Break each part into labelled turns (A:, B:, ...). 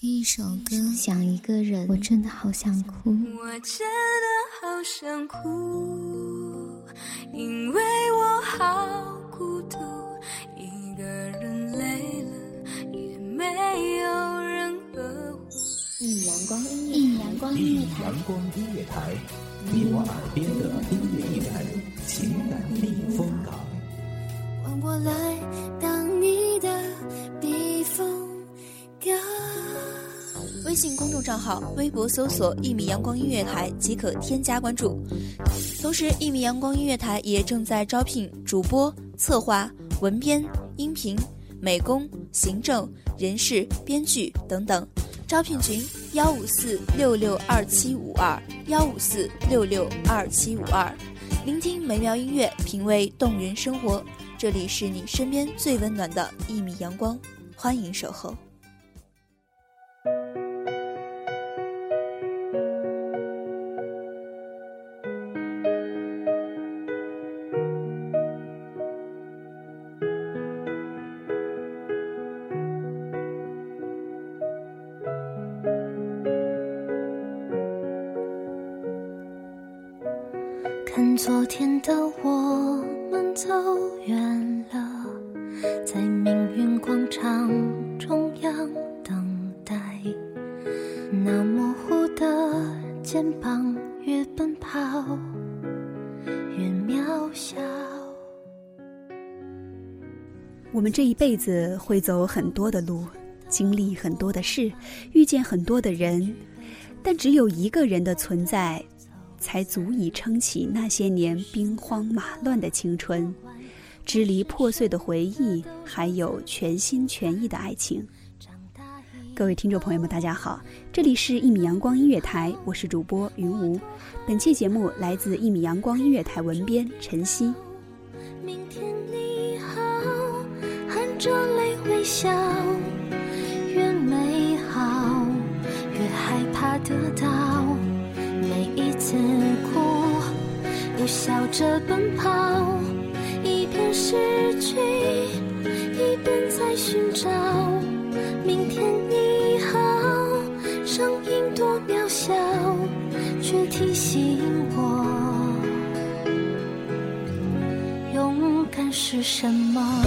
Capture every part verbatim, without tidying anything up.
A: 听一首歌，想一个人，我真的好想哭。
B: 我真的好想哭，因为我好孤独，一个人累了也没有人呵护。
A: 一米阳光音乐，一米阳光音乐台，
C: 阳光音乐台，你我耳边的音乐驿站，情感避风港。
B: 换我来当你的避风港。
D: 微信公众账号、微博搜索一米阳光音乐台即可添加关注。同时，一米阳光音乐台也正在招聘主播、策划、文编、音频、美工、行政、人事、编剧等等。招聘群：幺五四六六二七五二幺五四六六二七五二。聆听美妙音乐，品味动人生活。这里是你身边最温暖的一米阳光，欢迎守候。
B: 看昨天的我们走远了，在命运广场中央等待，那模糊的肩膀越奔跑越渺小。
E: 我们这一辈子会走很多的路，经历很多的事，遇见很多的人，但只有一个人的存在才足以撑起那些年兵荒马乱的青春，支离破碎的回忆，还有全心全意的爱情。各位听众朋友们大家好，这里是一米阳光音乐台，我是主播云无。本期节目来自一米阳光音乐台文编晨曦。
B: 明天你好，含着泪微笑，越美好越害怕得到，每一次哭又笑着奔跑，一边失去一边在寻找，明天你好，声音多渺小，却提醒我勇敢是什么。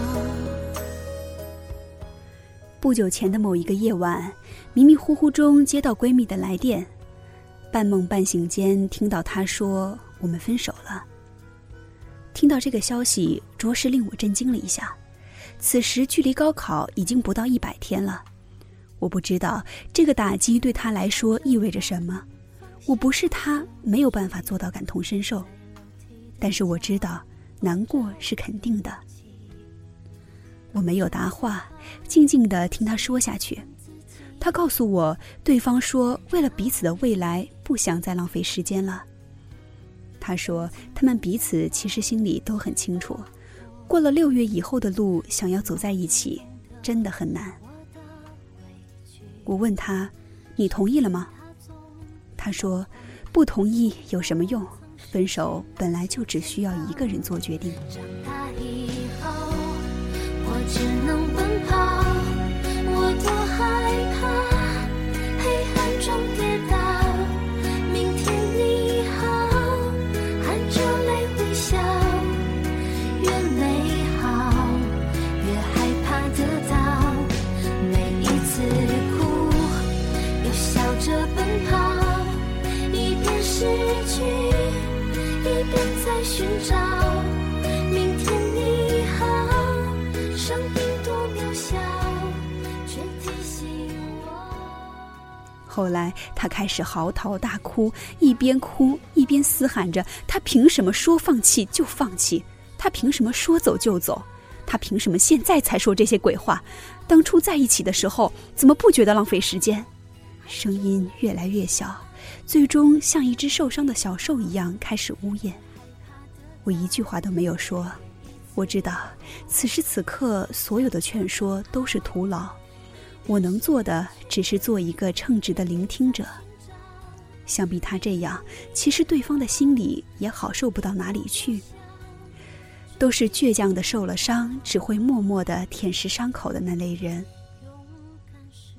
E: 不久前的某一个夜晚，迷迷糊糊中接到闺蜜的来电，半梦半醒间听到她说我们分手了。听到这个消息着实令我震惊了一下，此时距离高考已经不到一百天了，我不知道这个打击对她来说意味着什么，我不是她没有办法做到感同身受，但是我知道难过是肯定的。我没有答话，静静地听她说下去。他告诉我，对方说为了彼此的未来不想再浪费时间了。他说他们彼此其实心里都很清楚，过了六月以后的路想要走在一起真的很难。我问他，你同意了吗？他说不同意有什么用，分手本来就只需要一个人做决定。
B: 长大以后我只能奔跑，我多害怕黑暗中跌倒，明天你好，含着泪微笑，越美好越害怕得到，每一次哭又笑着奔跑，一边失去一边在寻找，明天你好，声音多渺小，却提醒我。
E: 后来他开始嚎啕大哭，一边哭一边嘶喊着，他凭什么说放弃就放弃，他凭什么说走就走，他凭什么现在才说这些鬼话，当初在一起的时候怎么不觉得浪费时间。声音越来越小，最终像一只受伤的小兽一样开始呜咽。我一句话都没有说，我知道此时此刻所有的劝说都是徒劳，我能做的只是做一个称职的聆听者。想必他这样，其实对方的心里也好受不到哪里去。都是倔强的受了伤，只会默默地舔舐伤口的那类人。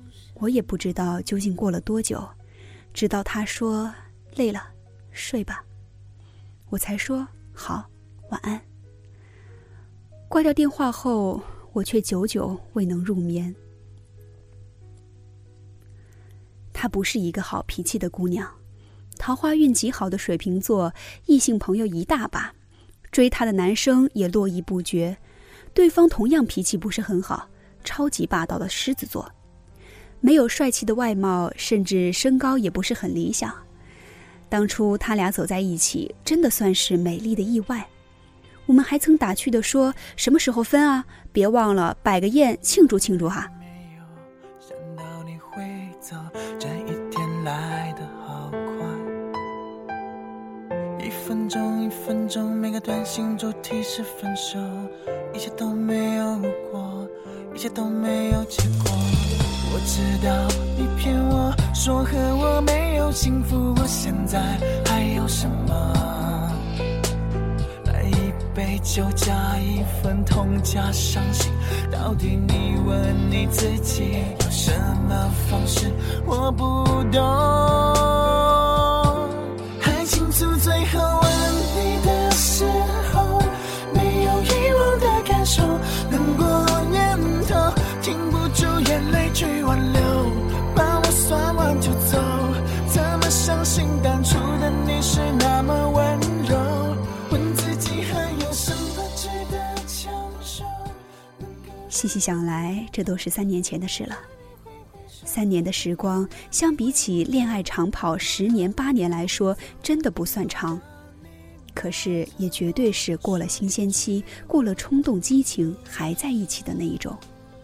E: 我也不知道究竟过了多久，直到他说累了，睡吧，我才说好，晚安。挂掉电话后，我却久久未能入眠。她不是一个好脾气的姑娘，桃花运极好的水瓶座，异性朋友一大把，追她的男生也络绎不绝。对方同样脾气不是很好，超级霸道的狮子座，没有帅气的外貌，甚至身高也不是很理想。当初他俩走在一起，真的算是美丽的意外。我们还曾打趣地说，什么时候分啊？别忘了摆个宴庆祝庆祝哈。
F: 没有想到你会走，这一天来得好快，一分钟一分钟，每个短信主题是分手，一切都没有过，一切都没有结果。我知道你骗我说和我没有幸福，我现在还有什么？来一杯酒加一份痛加伤心，到底你问你自己有什么方式？我不懂。还清楚最后问你的时候，没有遗忘的感受，难过念头停不住眼泪去挽留，把我算完就走，怎么相信当初的你是那么温柔？问自己还有什么值得强求？
E: 细细想来，这都是三年前的事了。三年的时光，相比起恋爱长跑十年八年来说，真的不算长，可是也绝对是过了新鲜期，过了冲动激情，还在一起的那一种。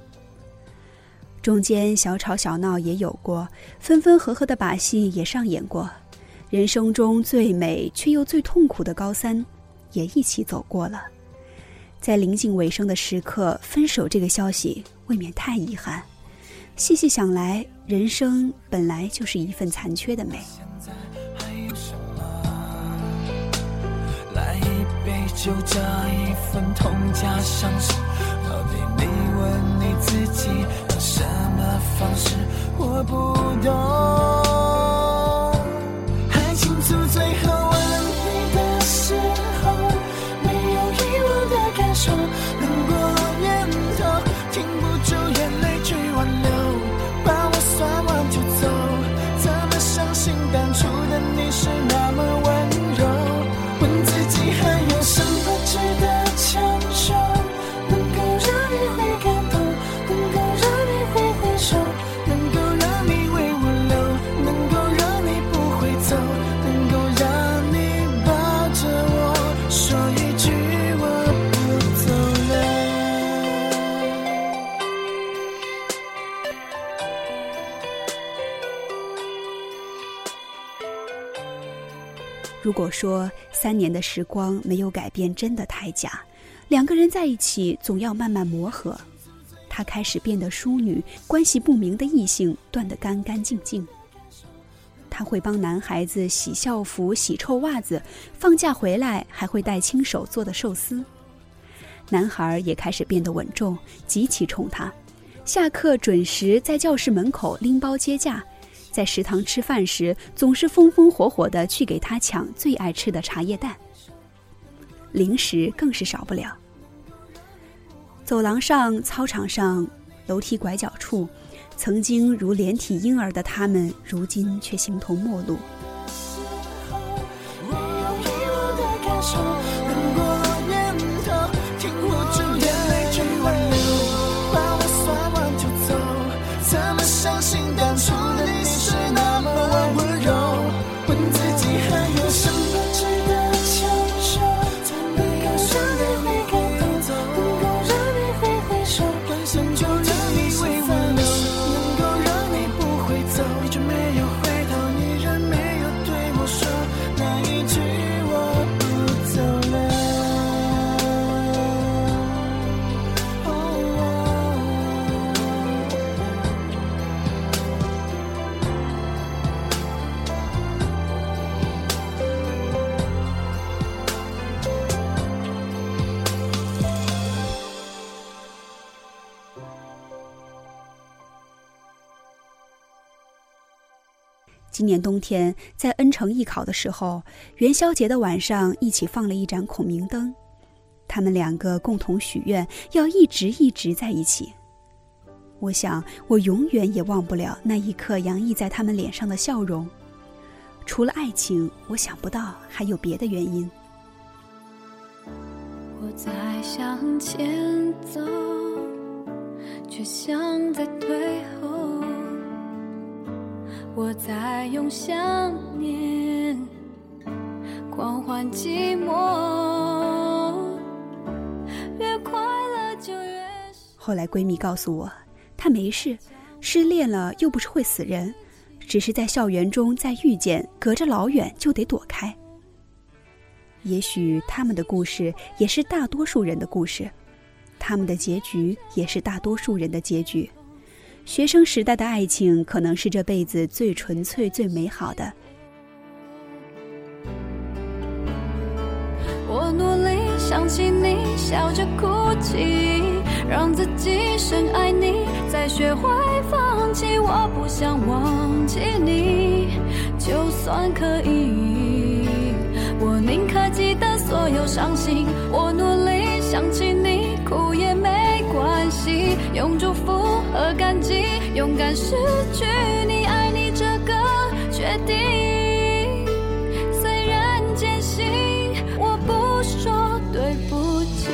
E: 中间小吵小闹也有过，分分合合的把戏也上演过，人生中最美却又最痛苦的高三也一起走过了。在临近尾声的时刻，分手这个消息未免太遗憾。细细想来，人生本来就是一份残缺的美。
F: 现在还有什么？来一杯酒加一份痛加伤心，到底你问你自己有什么方式？我不懂。还清楚最后问你的时候，没有遗忘的感受，难过念头停不住眼泪去挽留，把我算完就走，怎么相信当初的你是那么温柔？问自己还有什么值得强求，能够让你会感动，能够让你会回首，能够让你为我留，能够让你不会走，能够让你抱着我说一句我不走了。
E: 如果说三年的时光没有改变真的太假，两个人在一起总要慢慢磨合。她开始变得淑女，关系不明的异性断得干干净净。她会帮男孩子洗校服、洗臭袜子，放假回来还会带亲手做的寿司。男孩也开始变得稳重，极其宠她，下课准时在教室门口拎包接驾，在食堂吃饭时总是风风火火地去给他抢最爱吃的茶叶蛋，零食更是少不了。走廊上、操场上、楼梯拐角处，曾经如连体婴儿的他们，如今却形同陌路。
F: 没有遗忘的感受，难过念头停不住眼泪去挽留，把我算完就走，怎么相信当初的你是那么温柔？问自己还有什么值得强求，才能够让你会感动，能够让你会回首，能够让你为我留，能够让你不会走，你却没有回头，你仍没有对我说那一句我不走了。哦哦
E: 今年冬天在恩城艺考的时候，元宵节的晚上一起放了一盏孔明灯，他们两个共同许愿要一直一直在一起。我想我永远也忘不了那一刻洋溢在他们脸上的笑容。除了爱情，我想不到还有别的原因。
B: 我在向前走，却像在退后。我在用想念狂欢寂寞，越快乐就越……
E: 后来闺蜜告诉我，她没事，失恋了又不是会死人，只是在校园中再遇见，隔着老远就得躲开。也许他们的故事也是大多数人的故事，他们的结局也是大多数人的结局。学生时代的爱情可能是这辈子最纯粹最美好的。
B: 我努力想起你，笑着哭泣，让自己深爱你，再学会放弃。我不想忘记你，就算可以，我宁可记得所有伤心。我努力想起你，哭也没关系，用祝福和感激勇敢失去你，爱你这个决定。虽然艰辛，我不说对不起。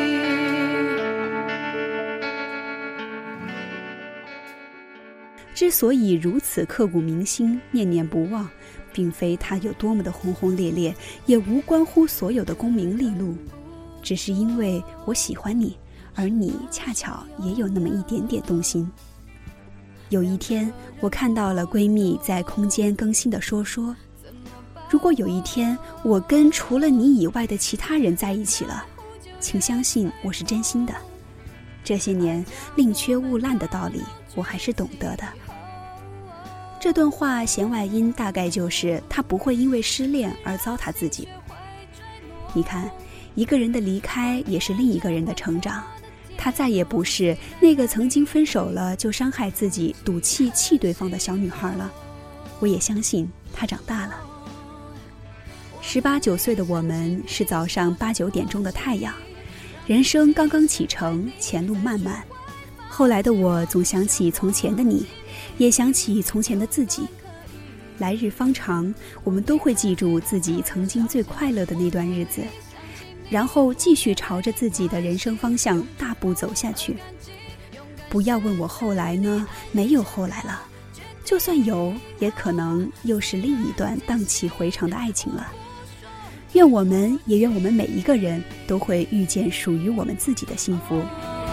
E: 之所以如此刻骨铭心念念不忘，并非它有多么的轰轰烈烈，也无关乎所有的功名利禄，只是因为我喜欢你，而你恰巧也有那么一点点动心。有一天我看到了闺蜜在空间更新的说说，如果有一天我跟除了你以外的其他人在一起了，请相信我是真心的。这些年宁缺毋滥的道理我还是懂得的。这段话弦外音大概就是他不会因为失恋而糟蹋自己。你看，一个人的离开也是另一个人的成长，她再也不是那个曾经分手了就伤害自己赌气气对方的小女孩了。我也相信她长大了。十八九岁的我们是早上八九点钟的太阳，人生刚刚启程，前路漫漫。后来的我总想起从前的你，也想起从前的自己。来日方长，我们都会记住自己曾经最快乐的那段日子，然后继续朝着自己的人生方向大步走下去。不要问我后来呢，没有后来了，就算有，也可能又是另一段荡气回肠的爱情了。愿我们，也愿我们每一个人都会遇见属于我们自己的幸福。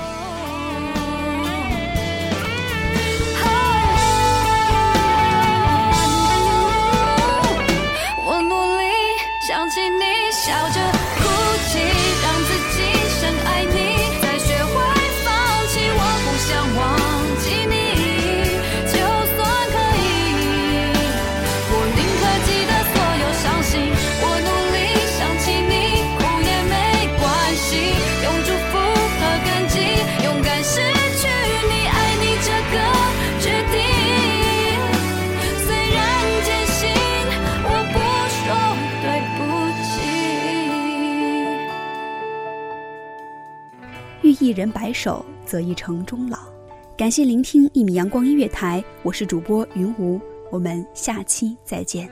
B: 我努力想起你，笑着哭泣，让自己深爱你，再学会放弃。我不想忘记你，就算可以，我宁可记得所有伤心。我努力想起你，哭也没关系，用祝福和感激勇敢失去你，爱你这个决定。虽然艰辛，我不说对不起。
E: 遇一人白首，则一城终老。感谢聆听一米阳光音乐台，我是主播云无，我们下期再见。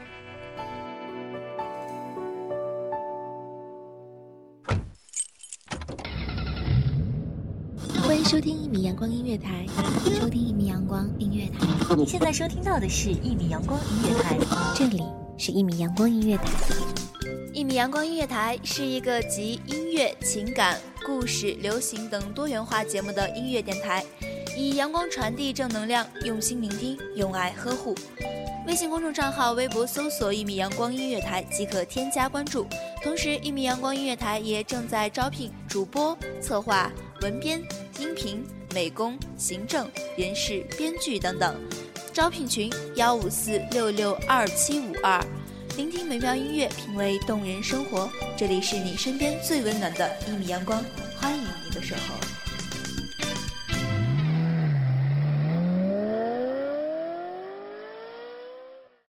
G: 欢迎收听一米阳光音乐台，
A: 收听一米阳光音乐台，
G: 你现在收听到的是一米阳光音乐台，
A: 这里是一米阳光音乐台。
D: 一米阳光音乐台是一个集音乐、情感、故事、流行等多元化节目的音乐电台，以阳光传递正能量，用心聆听，用爱呵护。微信公众账号、微博搜索一米阳光音乐台即可添加关注。同时，一米阳光音乐台也正在招聘主播、策划、文编、音频、美工、行政、人事、编剧等等。招聘群幺五四六六二七五二。聆听美妙音乐，品味动人生活，这里是你身边最温暖的一米阳光，欢迎你的守候。